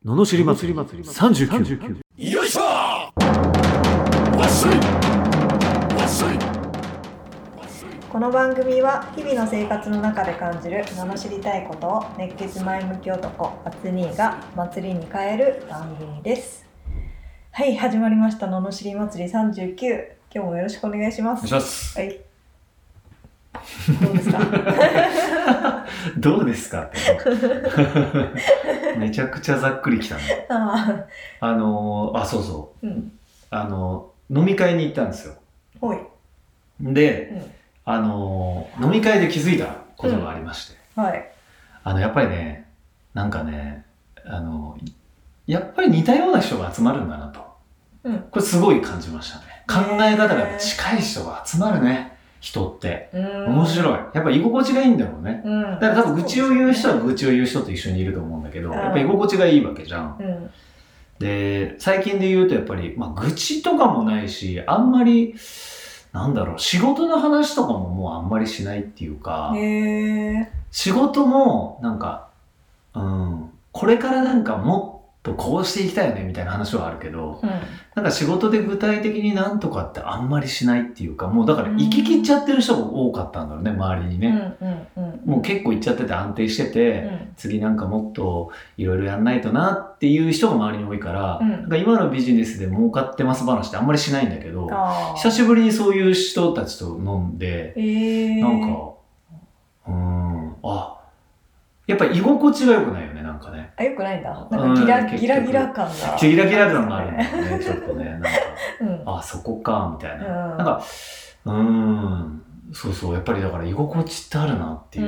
ののしり祭り39。 よいしょわっしょいわっしょい。 この番組は日々の生活の中で感じる罵りたいことを熱血前向き男アツニーが祭りに変える番組です。はい、始まりました罵り祭り39。今日もよろしくお願いします。 お願いします。 はい。どうですかどうですかってめちゃくちゃざっくりきたね。そうそう、飲み会に行ったんですよ。 ほい。 で、飲み会で気づいたことがありまして、 はい。 やっぱりね、なんかね、やっぱり似たような人が集まるんだなと、これすごい感じましたね。考え方が近い人が集まるね。人って面白い。やっぱ居心地がいいんだろうね。だから多分愚痴を言う人は愚痴を言う人と一緒にいると思うんだけど、やっぱり居心地がいいわけじゃん。で、最近で言うとやっぱり、愚痴とかもないし、あんまり仕事の話とかももうあんまりしないっていうか、仕事もこれからもっとこうしていきたいよねみたいな話はあるけど、仕事で具体的になんとかってあんまりしないっていうか、もうだから行き切っちゃってる人が多かったんだろうね、周りにね。もう結構行っちゃってて安定してて、次もっといろいろやんないとなっていう人が周りに多いから、今のビジネスで儲かってます話ってあんまりしないんだけど、久しぶりにそういう人たちと飲んで、やっぱり居心地が良くないよね、 良くないんだ。ギラギラ感が。 ギラギラ感があるんだよね、ちょっとね。そこか、みたいな。そうそう、やっぱりだから居心地ってあるなっていう、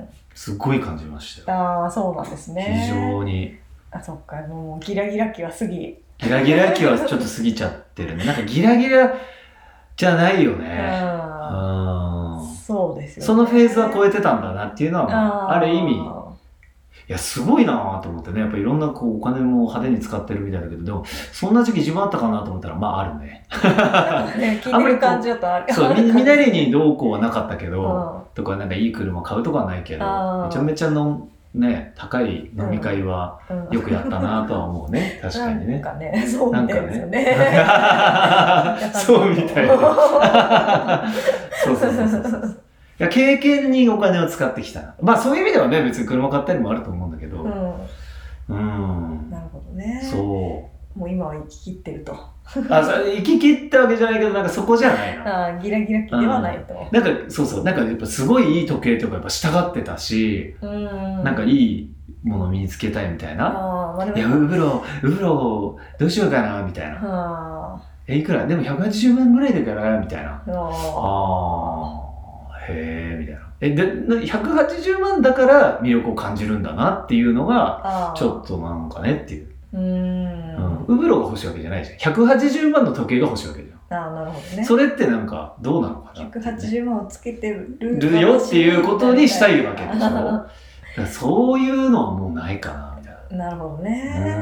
すっごい感じましたよ。 そうなんですね。 非常に。 そっか、もうギラギラ期は過ぎ。 ギラギラ期はちょっと過ぎちゃってるね。ギラギラじゃないよね。 そうですよね。 そのフェーズは超えてたんだなっていうのは、ある意味、いや、すごいなぁと思ってね。やっぱいろんなお金も派手に使ってるみたいだけど、でも、そんな時期自分あったかなと思ったら、あるね。 聞いてる感じだとある。 そう、みなりにどうこうはなかったけど、とかいい車買うとかはないけど、めちゃめちゃ高い飲み会はよくやったなとは思うね。確かにね。 そうみたいですよね。 そうみたいな。そう。いや、経験にお金を使ってきた。そういう意味ではね、別に車買ったりもあると思うんだけど。 なるほどね。 そう。 もう今は生き切ってると。 生き切ったわけじゃないけど、そこじゃないな。 ギラギラ期ではないと。 そうそう。やっぱすごいいい時計とかやっぱ従ってたし、いいものを身につけたいみたいな。いや、ウブロどうしようかな、みたいな。いくらでも180万ぐらいだから、みたいな。へーみたいな。で、180万だから魅力を感じるんだなっていうのが、ちょっとっていう。ウブロが欲しいわけじゃないじゃん。180万の時計が欲しいわけじゃん。 なるほどね。 それってどうなのかな、ね。 180万をつけてるよっていうことにしたいわけでしょ。そういうのはもうないかな、みたいな。 なるほどね。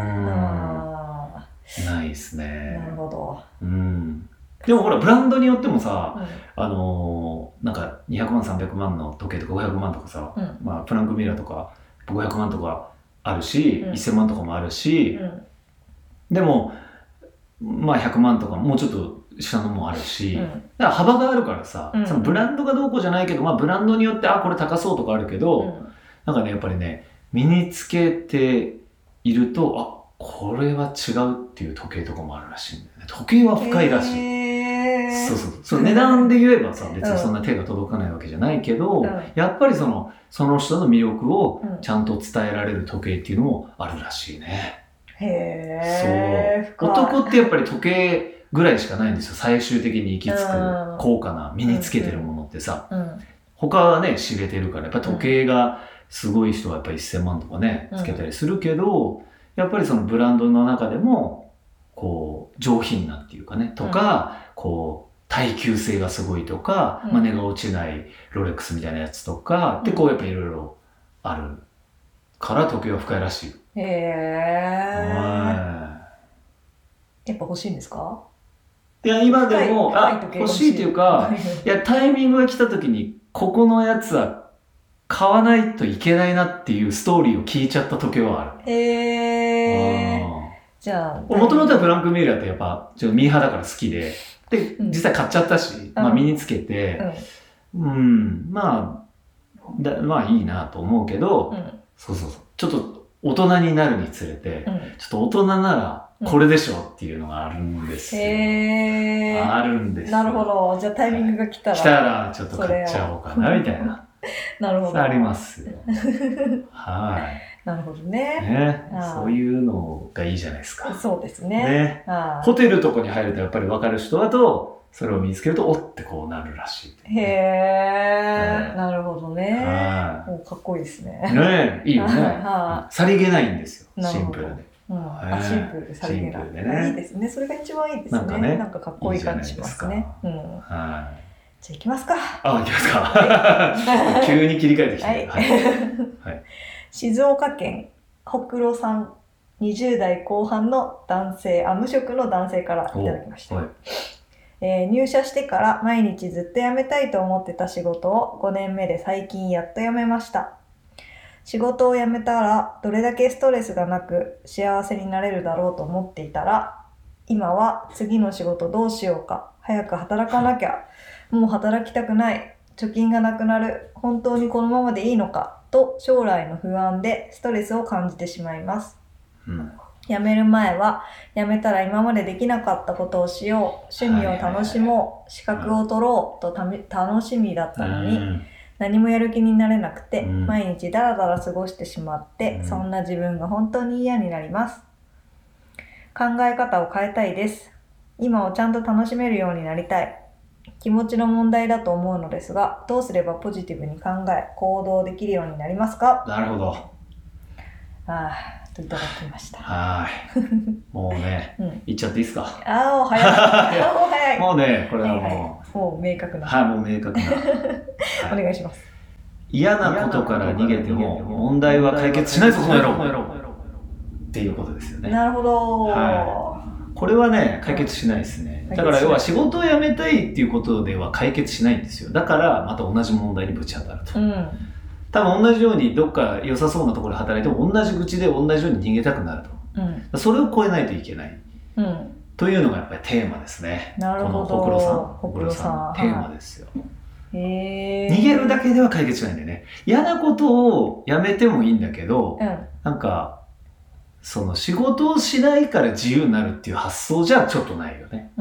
ないですね。 なるほど。 でもほら、ブランドによってもさ、200万、300万の時計とか500万とかさ、フランクミュラーとか500万とかあるし、1000万とかもあるし、でも、100万とかもうちょっと下のもあるし、だから幅があるからさ、そのブランドがどうこうじゃないけど、ブランドによって、これ高そうとかあるけど、やっぱりね、身につけていると、これは違うっていう時計とかもあるらしいんだよね。時計は深いらしい。そう値段で言えばさ、別にそんな手が届かないわけじゃないけど、やっぱりその人の魅力をちゃんと伝えられる時計っていうのもあるらしいね。そう。男ってやっぱり時計ぐらいしかないんですよ。最終的に行き着く高価な身につけてるものってさ。他はね、知れてるから、やっぱ時計がすごい人はやっぱり1000万とかね、つけたりするけど、やっぱりそのブランドの中でも、上品なっていうかね、とか、耐久性がすごいとか、値が落ちないロレックスみたいなやつとか、やっぱいろいろあるから時計は深いらしい。 やっぱ欲しいんですか？ いや、今でも、欲しいっていうか、いや、タイミングが来た時に、ここのやつは買わないといけないなっていうストーリーを聞いちゃった時はある。 じゃあもともとはフランク・ミュラーってやっぱちょっとミーハーだから好きで実際買っちゃったし、まあ身につけて、まあいいなと思うけど、そうちょっと大人になるにつれて、ちょっと大人ならこれでしょっていうのがあるんですよ。あるんですよ。 なるほど。じゃあタイミングが来たらちょっと買っちゃおうかなみたいな。 なるほど。 ありますよ。はい。 なるほどね。 そういうのがいいじゃないですか。 そうですね。 ホテルとかに入るとやっぱり分かる人だと、それを見つけると、おってこうなるらしい。 へえ、なるほどね。かっこいいですね。 ねいいよね。さりげないんですよ。シンプルで。 シンプルでさりげない。いいですね。それが一番いいですね。なんかかっこいい感じしますね。じゃあ行きますか。 行きますか。急に切り替えてきて。 静岡県ほくろさん、20代後半の男性、無職の男性からいただきました。入社してから毎日ずっと辞めたいと思ってた仕事を5年目で最近やっと辞めました。仕事を辞めたらどれだけストレスがなく幸せになれるだろうと思っていたら、今は次の仕事どうしようか、早く働かなきゃ、もう働きたくない、貯金がなくなる、本当にこのままでいいのかと将来の不安でストレスを感じてしまいます。辞める前は辞めたら今までできなかったことをしよう、趣味を楽しもう、資格を取ろうと楽しみだったのに、何もやる気になれなくて、毎日ダラダラ過ごしてしまって、そんな自分が本当に嫌になります。考え方を変えたいです。今をちゃんと楽しめるようになりたい。気持ちの問題だと思うのですが、どうすればポジティブに考え、行動できるようになりますか？ なるほど。 いただきました。 もうね、言っちゃっていいですか？ 早い。 もうね、これはもう明確な。 もう明確な。 お願いします。 嫌なことから逃げても問題は解決しないぞ、この野郎っていうことですよね。 なるほど。 これはね、解決しないですね。だから要は仕事を辞めたいっていうことでは解決しないんですよ。だからまた同じ問題にぶち当たると。多分同じようにどっか良さそうなところで働いても同じ口で同じように逃げたくなると。それを超えないといけない。というのがやっぱりテーマですね。 なるほど。 このほくろさんテーマですよ。逃げるだけでは解決しないんだよね。嫌なことをやめてもいいんだけど、なんかその仕事をしないから自由になるっていう発想じゃちょっとないよね。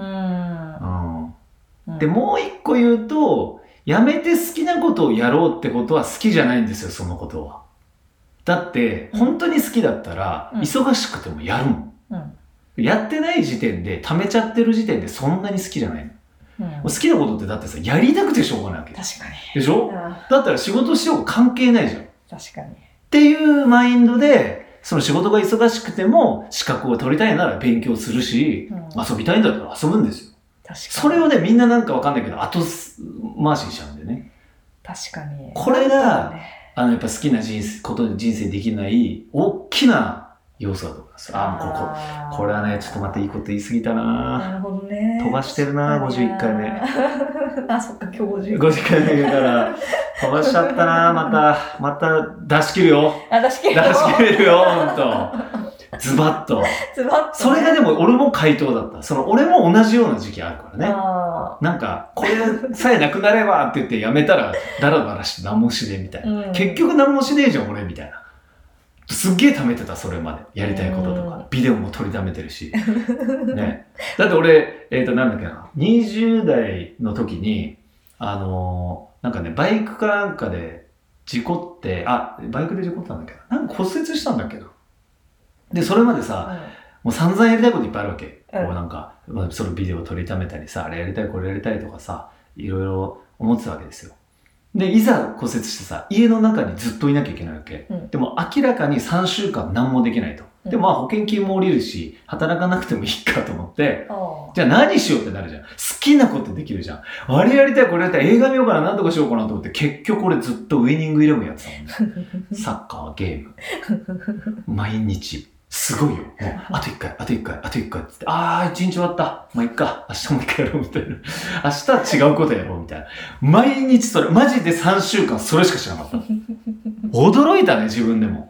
でもう一個言うと、やめて好きなことをやろうってことは好きじゃないんですよ、そのことは。だって本当に好きだったら忙しくてもやるもん。やってない時点で溜めちゃってる時点でそんなに好きじゃないの。好きなことってだってさ、やりたくてしょうがないわけ。 確かに。 でしょ？だったら仕事しようが関係ないじゃん。 確かに。 っていうマインドで、その仕事が忙しくても資格を取りたいなら勉強するし、遊びたいんだったら遊ぶんですよ。確かに。それをね、みんななんかわかんないけど、後回しにしちゃうんでね。 確かに。 これが、やっぱ好きな人生できない大きな要素だと思います。これはね、ちょっと待って、いいこと言い過ぎたな。 なるほどね。 飛ばしてるな、51回目。 そっか、今日 50回目言うから、飛ばしちゃったな、また出し切るよ。 出し切れるよ、ほんと。ズバッと。それがでも俺も回答だった。俺も同じような時期あるからね。なんか、これさえなくなればって言ってやめたら、ダラダラして何もしねえみたいな。結局何もしねえじゃん、俺みたいな。すっげえ貯めてた、それまで。やりたいこととか。ビデオも撮りためてるし。ね。だって俺、なんだっけな。20代の時に、なんかね、バイクかなんかで事故って、バイクで事故ったんだっけど、なんか骨折したんだっけど。で、それまでさ、もう散々やりたいこといっぱいあるわけ。こうなんか、そのビデオ撮りためたりさ、あれやりたい、これやりたいとかさ、いろいろ思ってたわけですよ。で、いざ骨折してさ、家の中にずっといなきゃいけないわけ。でも明らかに3週間何もできないと。でも保険金も降りるし、働かなくてもいいかと思って、じゃあ何しようってなるじゃん。好きなことできるじゃん。あれやりたい、これやりたい、映画見ようかな、なんとかしようかなと思って、結局俺ずっとウイニングイレブンやってたもんね。サッカー、ゲーム。毎日。すごいよ。もう、あと一回って言って、一日終わった。まあ、いっか。明日もう一回やろうみたいな。明日は違うことやろうみたいな。毎日それ、マジで3週間それしかしなかった。驚いたね、自分でも。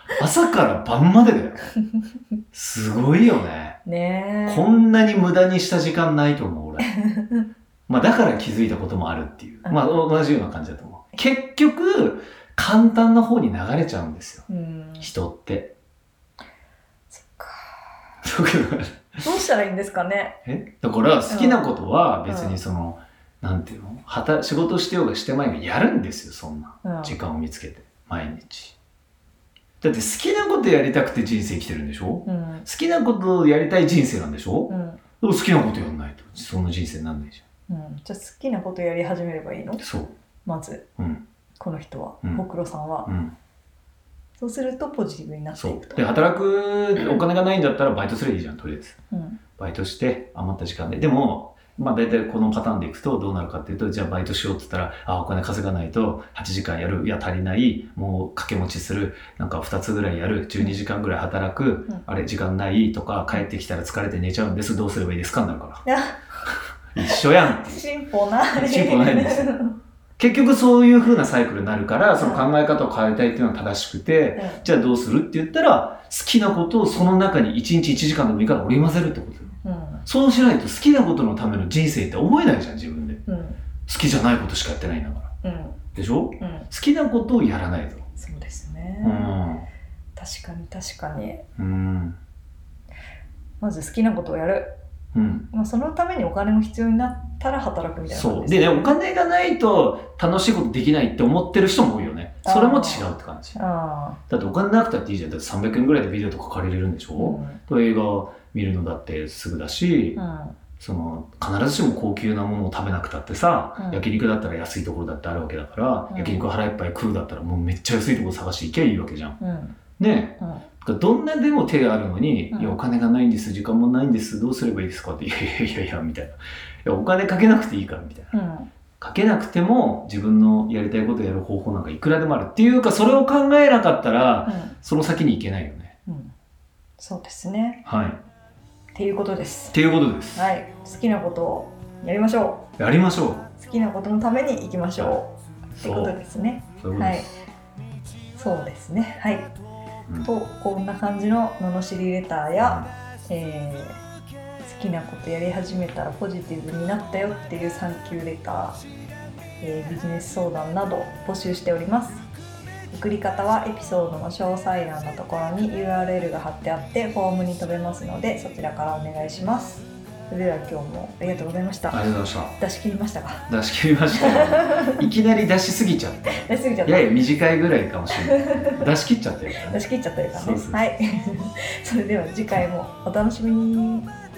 朝から晩までだよ。すごいよね。 ねえ。 こんなに無駄にした時間ないと思う、俺。まあだから気づいたこともあるっていう。まあ同じような感じだと思う。結局、簡単な方に流れちゃうんですよ。人って。 そっか。 どうしたらいいんですかね。 だから好きなことは別にその、なんていうの、仕事してようがしてまいがやるんですよ、そんな。時間を見つけて。毎日。だって好きなことやりたくて人生生きてるんでしょ、好きなことをやりたい人生なんでしょ、好きなことやんないとその人生になんないじゃん。じゃあ好きなことやり始めればいいの？ そう。 まず、この人は、ほくろさんは。そうするとポジティブになっていくと。 で、働くお金がないんだったらバイトすればいいじゃん、とりあえず。バイトして余った時間で。でも、まあ大体このパターンでいくとどうなるかっていうと、じゃあバイトしようって言ったら、お金稼がないと8時間やる、いや足りない、もう掛け持ちする、なんか2つぐらいやる、12時間ぐらい働く、あれ時間ないとか、帰ってきたら疲れて寝ちゃうんです、どうすればいいですかになるから。一緒やんって。 進歩ない。 進歩ないんですよ。結局そういう風なサイクルになるから、その考え方を変えたいっていうのは正しくて、じゃあどうするって言ったら、好きなことをその中に1日1時間でもいいから織り交ぜるってことよ。そうしないと好きなことのための人生って思えないじゃん、自分で。好きじゃないことしかやってないんだから。でしょ、好きなことをやらないと。 そうですね。確かに確かに。まず好きなことをやる。まあそのためにお金も必要になったら働くみたいな感じですね。 そう。でね、お金がないと楽しいことできないって思ってる人も多いよね。それも違うって感じ。だってお金なくたっていいじゃん。だって300円ぐらいでビデオとか借りれるんでしょ、映画見るのだってすぐだし、その必ずしも高級なものを食べなくたってさ、焼肉だったら安いところだってあるわけだから、焼肉腹いっぱい食うだったらもうめっちゃ安いところ探して行けばいいわけじゃん。ねえ、どんなでも手があるのに、いやお金がないんです、時間もないんです、どうすればいいですかって、いやみたいな。いやお金かけなくていいからみたいな。かけなくても自分のやりたいことをやる方法なんかいくらでもあるっていうか、それを考えなかったら、その先に行けないよね。 そうですね。 はい。 っていうことです。 っていうことです。 はい。好きなことをやりましょう。やりましょう。 好きなことのために生きましょう。ってことですね。はい。そうですね。はい。とこんな感じの罵りレターや、好きなことやり始めたらポジティブになったよっていうサンキューレター、ビジネス相談など募集しております。送り方はエピソードの詳細欄のところに URL が貼ってあってフォームに飛べますので、そちらからお願いします。それでは今日もありがとうございました。 ありがとうございました。 出し切りましたか？ 出し切りましたいきなり出しすぎちゃって出しすぎちゃった。 やや短いぐらいかもしれない出し切っちゃってるからね。 出し切っちゃってるからね。はいそれでは次回もお楽しみに。